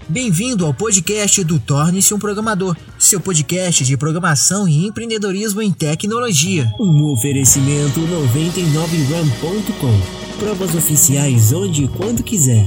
Bem-vindo ao podcast do Torne-se um Programador, seu podcast de programação e empreendedorismo em tecnologia. Um oferecimento 99ram.com. Provas oficiais onde e quando quiser.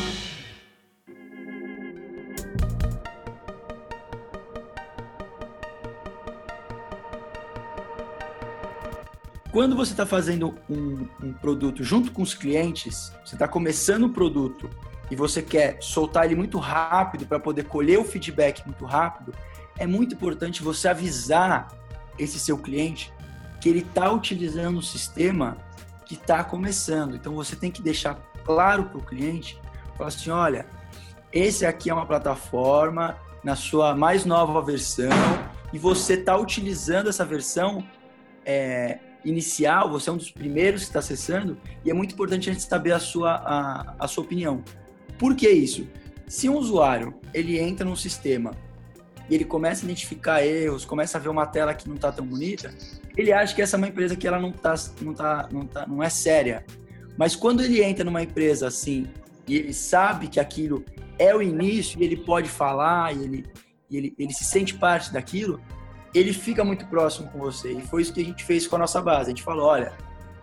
Quando você está fazendo um produto junto com os clientes, você está começando o produto e você quer soltar ele muito rápido para poder colher o feedback muito rápido, é muito importante você avisar esse seu cliente que ele está utilizando o sistema que está começando. Então você tem que deixar claro para o cliente, falar assim, olha, esse aqui é uma plataforma na sua mais nova versão e você está utilizando essa versão inicial, você é um dos primeiros que está acessando e é muito importante a gente saber a sua opinião. Por que isso? Se um usuário ele entra num sistema e ele começa a identificar erros, começa a ver uma tela que não está tão bonita, ele acha que essa é uma empresa que ela não é séria. Mas quando ele entra numa empresa assim e ele sabe que aquilo é o início e ele pode falar e ele se sente parte daquilo, ele fica muito próximo com você. E foi isso que a gente fez com a nossa base. A gente falou, olha,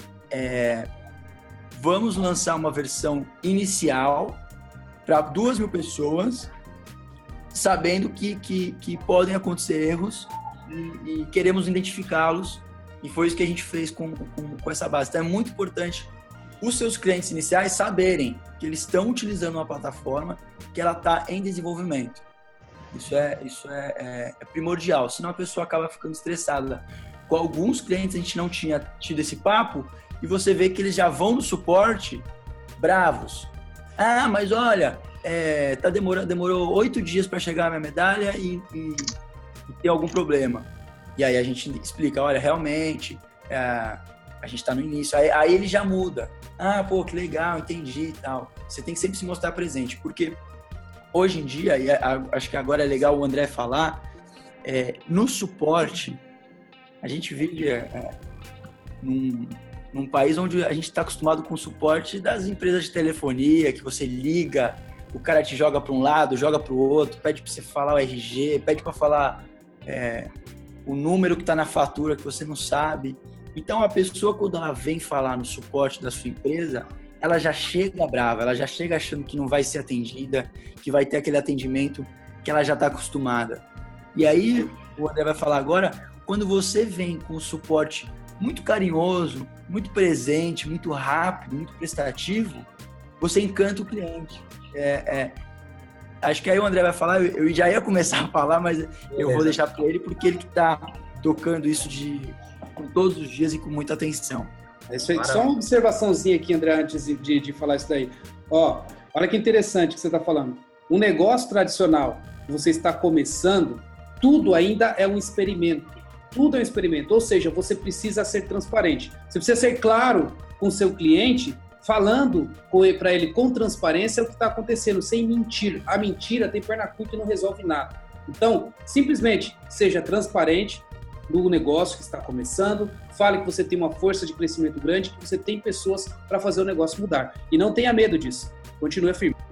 vamos lançar uma versão inicial para 2.000 pessoas, sabendo que podem acontecer erros e queremos identificá-los. E foi isso que a gente fez com essa base. Então é muito importante os seus clientes iniciais saberem que eles estão utilizando uma plataforma que ela está em desenvolvimento. Isso é primordial, senão a pessoa acaba ficando estressada. Com alguns clientes a gente não tinha tido esse papo e você vê que eles já vão no suporte bravos. Ah, mas olha, demorou 8 dias para chegar a minha medalha e tem algum problema. E aí a gente explica, olha, realmente, a gente está no início. Aí ele já muda. Ah, pô, que legal, entendi e tal. Você tem que sempre se mostrar presente, porque hoje em dia, e acho que agora é legal o André falar, no suporte, a gente vive num país onde a gente está acostumado com o suporte das empresas de telefonia, que você liga, o cara te joga para um lado, joga para o outro, pede para você falar o RG, pede para falar o número que está na fatura que você não sabe. Então, a pessoa, quando ela vem falar no suporte da sua empresa, ela já chega brava, ela já chega achando que não vai ser atendida, que vai ter aquele atendimento que ela já está acostumada. E aí, o André vai falar agora, quando você vem com um suporte muito carinhoso, muito presente, muito rápido, muito prestativo, você encanta o cliente. Acho que aí o André vai falar, eu já ia começar a falar, mas eu vou deixar para ele, porque ele que está tocando isso com todos os dias e com muita atenção. É isso aí. Maravilha. Só uma observaçãozinha aqui, André, antes de falar isso daí. Ó, olha que interessante que você está falando. Um negócio tradicional que você está começando, tudo ainda é um experimento. Tudo é um experimento. Ou seja, você precisa ser transparente. Você precisa ser claro com o seu cliente, falando para ele com transparência o que está acontecendo, sem mentir. A mentira tem perna curta e não resolve nada. Então, simplesmente seja transparente no negócio que está começando, fale que você tem uma força de crescimento grande, que você tem pessoas para fazer o negócio mudar. E não tenha medo disso. Continue firme.